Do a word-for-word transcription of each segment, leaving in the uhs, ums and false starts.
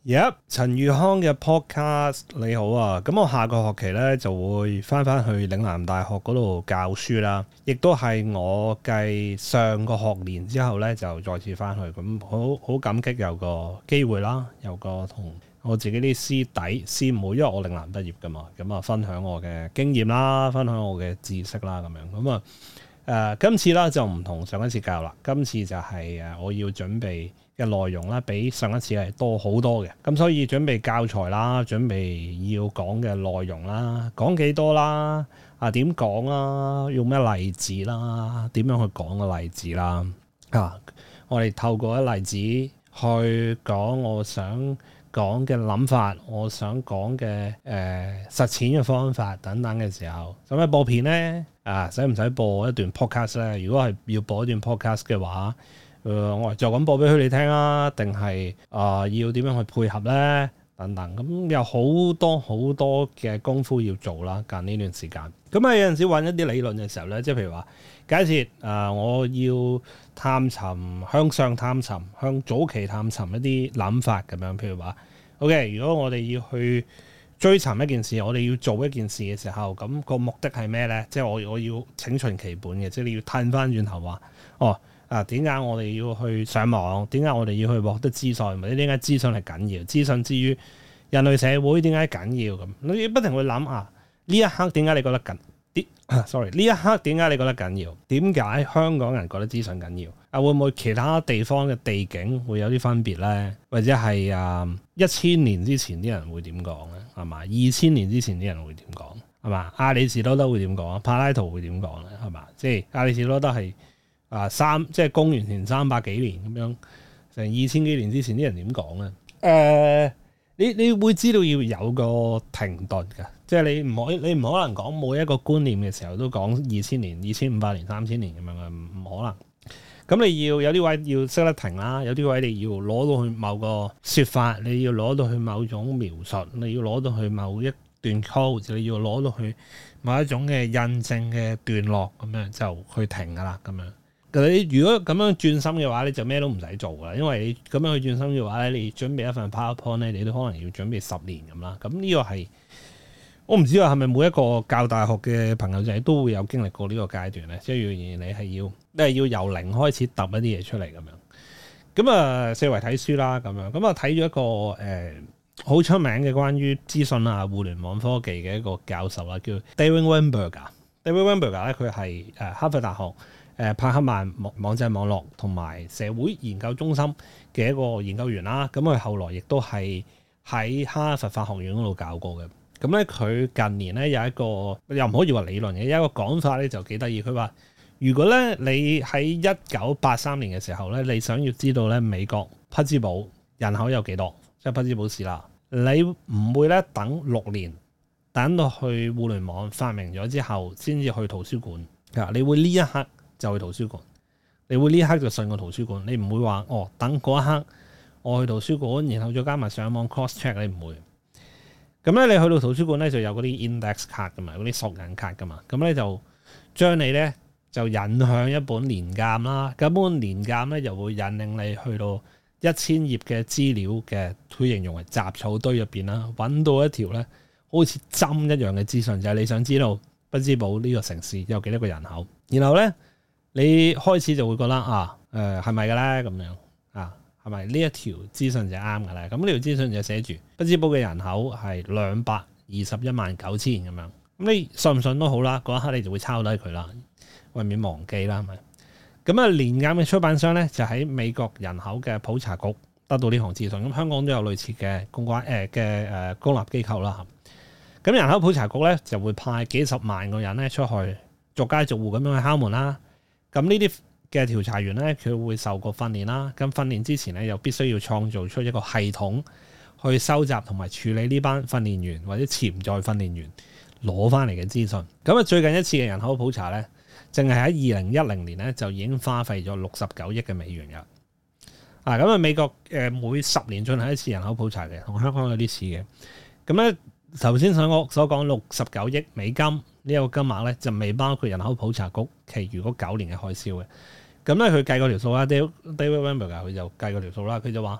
Yep， 陳宇康嘅 podcast 你好啊，咁我下個學期咧就會翻翻去嶺南大學嗰度教書啦，亦都係我繼上個學年之後咧就再次翻去，咁好好感激有個機會啦，有個同我自己啲師弟師妹，因為我嶺南畢業噶嘛，咁啊分享我嘅經驗啦，分享我嘅知識啦，咁樣咁啊誒，今次啦就唔同上一次教啦，今次就係誒我要準備嘅內容啦，比上一次係多好多嘅，咁所以準備教材啦，準備要講嘅內容啦，講幾多啦，啊點講啦，用咩例子啦，點樣去講個例子啦，啊，我哋透過一例子去講我想講嘅諗法，我想講嘅誒實踐嘅方法等等嘅時候，使唔使播片呢？啊，使唔使播一段 podcast 咧？如果係要播一段 podcast 嘅話，誒、呃，我就咁播俾佢哋聽啊，定係啊要點樣去配合咧？等等，咁有好多好多嘅功夫要做啦。近呢段時間，咁啊有陣時揾一啲理論嘅時候咧，即係譬如話，假設誒、呃、我要探尋向上探尋，向早期探尋一啲諗法咁樣，譬如話 OK， 如果我哋要去追尋一件事，我哋要做一件事嘅時候，咁、個目的係咩咧？即係我我要請循其本嘅，即係你要褪翻轉頭話，哦。啊，點解我哋要去上網？點解我哋要去獲得資訊？或者點解資訊係緊要？資訊之於人類社會點解緊要咁？你不停會諗啊，呢一刻點解你覺得緊？啲、啊、sorry， 呢一刻點解你覺得緊要？點解香港人覺得資訊緊要？啊，會唔會其他地方嘅地景會有啲分別咧？或者係啊一千年之前啲人會點講咧？係嘛？二千年之前啲人會點講？係嘛？亞里士多德會點講？柏拉圖會點講咧？係嘛？即係亞里士多德係。啊，三即係公元前三百幾年咁樣，成二千幾年之前啲人點講咧？誒、呃，你你會知道要有個停頓嘅，即係你唔可以，你唔可能講每一個觀念嘅時候都講二千年、二千五百年、三千年咁樣嘅，唔唔可能。咁你要有啲位要識得停啦，有啲位你要攞到去某個説法，你要攞到去某種描述，你要攞到去某一段 code，你要攞到去某一種嘅印證嘅段落咁樣就去停噶啦，咁樣。你如果咁樣轉心嘅話，你就咩都唔使做噶啦，因為你咁樣去轉心嘅話咧，你準備一份 PowerPoint 咧，你都可能要準備十年咁啦。咁呢個係我唔知道係咪每一個教大學嘅朋友仔都會有經歷過呢個階段咧，即係要你係要你係要由零開始揼一啲嘢出嚟咁樣。咁啊，四圍睇書啦，咁樣咁啊睇咗一個誒好、呃、出名嘅關於資訊啊、互聯網科技嘅一個教授啦，叫 David Weinberger。David Weinberger 咧，佢係誒哈佛大學。誒帕克曼網網際網絡同埋社會研究中心嘅一個研究員啦，咁佢後來亦都係喺哈佛法學院嗰度教過嘅。咁咧佢近年咧有一個又唔可以話理論嘅，有一個講法咧就幾得意。佢話如果咧你喺一九八三年嘅時候咧，你想要知道咧美國匹茲堡人口有幾多，即係匹茲堡市啦，你唔會咧等六年，等到去互聯網發明咗之後先至去圖書館㗎，你會呢一刻就去圖書館，你會呢一刻就信個圖書館，你唔會話哦等嗰一刻我去圖書館，然後再加埋上網 cross check， 你唔會。咁咧你去到圖書館咧就有嗰啲 index 卡噶嘛，嗰啲索引卡噶嘛，咁咧就將你咧就引向一本年鑑啦，咁本年鑑咧就會引領你去到一千頁嘅資料嘅，佢形容為雜草堆入邊啦，揾到一條咧好似針一樣嘅資訊，就係、是、你想知道匹茲堡呢個城市有幾多個人口，然後咧。你開始就會覺得啊，誒係咪嘅咧咁樣啊？係咪呢一條資訊就啱嘅咧？咁呢條資訊就寫住匹茲堡嘅人口係兩百二十一萬九千咁樣。咁你信唔信都好啦，嗰一刻你就會抄低佢啦，為免忘記啦，係咪？咁啊，年鑑嘅出版商咧就喺美國人口嘅普查局得到呢項資訊。咁香港都有類似嘅公關誒嘅誒公立機構啦。咁人口普查局咧就會派幾十萬個人咧出去逐家逐戶咁樣去敲門啦。咁呢啲嘅調查員咧，佢會受過訓練啦。咁訓練之前咧，又必須要創造出一個系統去收集同埋處理呢班訓練員或者潛在訓練員攞翻嚟嘅資訊。咁啊，最近一次嘅人口普查咧，淨係喺二零一零年咧就已經花費咗六十九億嘅美元㗎。啊，咁啊，美國誒每十年進行一次人口普查嘅，同香港有啲似嘅。咁咧頭先所講所講六十九億美金。呢個金額咧就未包括人口普查局其餘嗰九年嘅開銷嘅。咁咧佢計過條數啦 ，David Weinberger 佢就計過條數啦。佢就話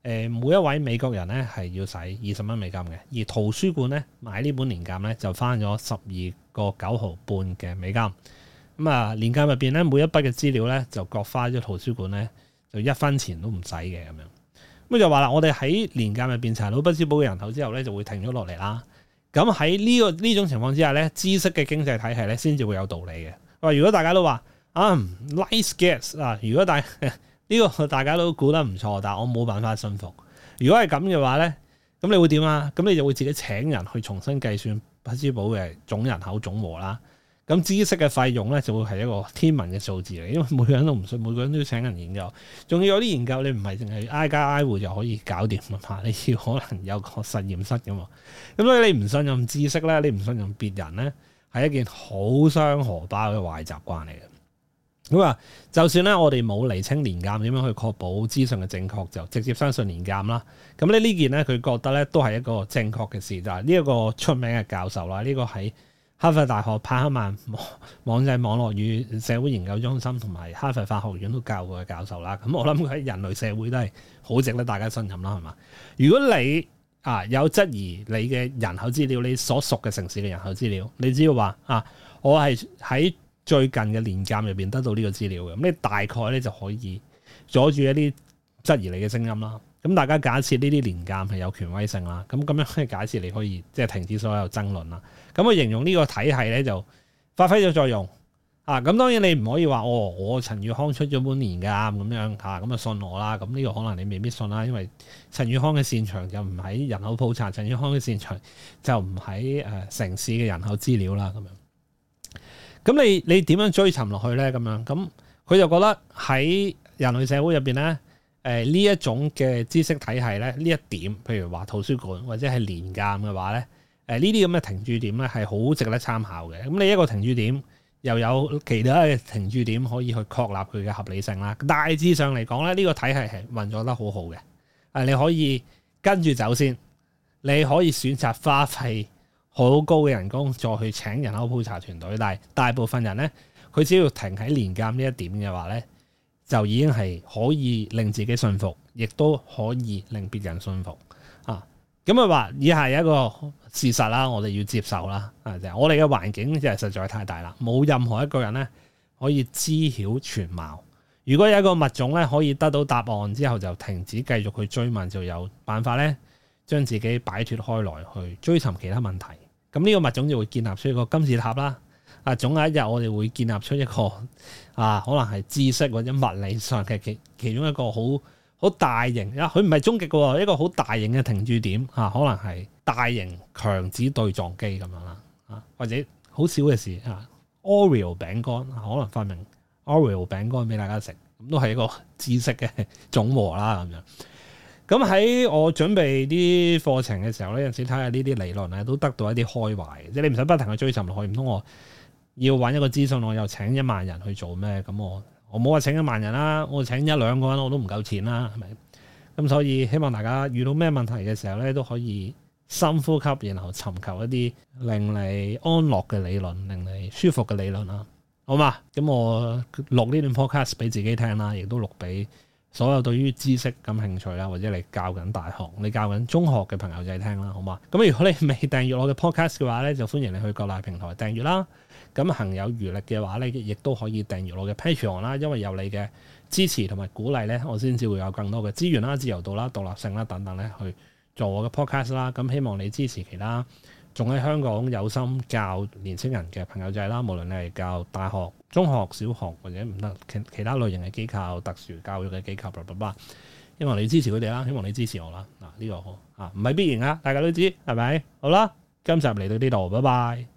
誒每一位美國人咧係要使二十蚊美金嘅，而圖書館咧買呢本年鑑咧就翻咗十二個九毫半嘅美金。咁啊，年鑑入邊咧每一筆嘅資料咧就各花咗圖書館咧就一分錢都唔使嘅咁樣。咁就話啦，我哋喺年鑑入邊查到不少寶嘅人口之後咧就會停咗落嚟啦。咁喺呢個呢種情況之下咧，知識嘅經濟體系咧先至會有道理嘅。話如果大家都話啊 nice guess 啊，如果大呢個大家都估得唔錯，但係我冇辦法信服。如果係咁嘅話咧，咁你會點啊？咁你就會自己請人去重新計算匹茲堡嘅總人口總和啦。咁知識嘅費用咧就會係一個天文嘅數字嚟，因為每個人都唔信，每個人都要請人研究。仲要有啲研究你唔係淨係挨家挨戶就可以搞掂啊嘛，你要可能有個實驗室噶嘛。咁所以你唔信任知識咧，你唔信任別人咧，係一件好傷荷包嘅壞習慣嚟嘅。咁啊，就算咧我哋冇釐清年鑑點樣去確保資訊嘅正確，就直接相信年鑑啦。咁咧呢件咧佢覺得咧都係一個正確嘅事，就係呢一個出名嘅教授啦，呢、這個喺哈佛大學帕克曼網際網絡與社會研究中心同埋哈佛法學院都教過嘅教授啦。咁我諗佢喺人類社會都係好值得大家信任啦，係嘛？如果你啊有質疑你嘅人口資料，你所屬嘅城市嘅人口資料，你只要話啊，我係喺最近嘅年鑑入邊得到呢個資料嘅，咁你大概咧就可以阻住一啲質疑你嘅聲音啦。咁大家假設呢啲年鑑係有權威性啦，咁咁樣嘅假設你可以即係停止所有爭論啦。咁我形容呢個體系咧就發揮咗作用啊。咁當然你唔可以話哦，我陳宇康出咗本年鑑咁樣嚇，咁啊信我啦。咁呢個可能你未必信啦，因為陳宇康嘅擅長就唔喺人口普查，陳宇康嘅擅長就唔喺誒城市嘅人口資料啦咁樣。咁你你點樣追尋落去咧？咁樣咁佢就覺得喺人類社會入邊咧，誒呢一種嘅知識體系咧，呢一點，譬如話圖書館或者係年鑑嘅話咧，誒呢啲咁嘅停駐點咧係好值得參考嘅。咁你一個停駐點又有其他嘅停駐點可以去確立佢嘅合理性啦。大致上嚟講咧，呢個體系係運作得好好嘅。誒你可以跟住走先，你可以選擇花費好高嘅人工再去請人口普查團隊，但係大部分人咧，佢只要停喺年鑑呢一點嘅話咧，就已經係可以令自己信服，亦都可以令別人信服啊！咁啊話以下有一個事實啦，我哋要接受啦，啊就係我哋嘅環境就係實在太大啦，冇任何一個人咧可以知曉全貌。如果有一個物種咧可以得到答案之後就停止繼續去追問，就有辦法咧將自己擺脫開來去追尋其他問題。咁呢個物種就會建立出一個金字塔啦。啊，總有一日我哋會建立出一個啊，可能係知識或者物理上嘅其其中一個好好大型啊，佢唔係終極嘅，一個好大型嘅停駐點啊，可能係大型強子對撞機咁樣啦，啊或者好少嘅事啊 Oreo 餅乾、啊、可能發明 Oreo 餅乾俾大家食，咁都係一個知識嘅總和啦咁樣。咁喺我準備啲課程嘅時候咧，有陣時睇下呢啲理論咧，都得到一啲開懷。即係你唔使不停去追尋落去，唔通我要揾一個資訊，我又請一萬人去做咩？咁我我冇話請一萬人啦，我請一兩個人我都唔夠錢啦，係咪？咁所以希望大家遇到咩問題嘅時候咧，都可以深呼吸，然後尋求一啲令你安樂嘅理論，令你舒服嘅理論啦，好嘛？咁我錄呢段 podcast 俾自己聽啦，亦都錄俾所有對於知識感興趣啦，或者你教緊大學、你教緊中學嘅朋友仔聽啦，好嘛？咁如果你未訂閱我嘅 podcast 嘅話咧，就歡迎你去各大平台訂閱啦。咁行有餘力嘅話咧，亦都可以訂閱我嘅 Patreon 啦。因為有你嘅支持同埋鼓勵咧，我先至會有更多嘅資源啦、自由度啦、獨立性啦等等咧，去做我嘅 podcast 啦。咁希望你支持其他仲喺香港有心教年輕人嘅朋友仔啦，無論你係教大學、中學、小學或者唔得其其他類型嘅機構、特殊教育嘅機構，叭叭叭，希望你支持佢哋啦，希望你支持我啦。嗱、這、呢個啊唔係必然啊，大家都知係咪？好啦，今集嚟到呢度，拜拜。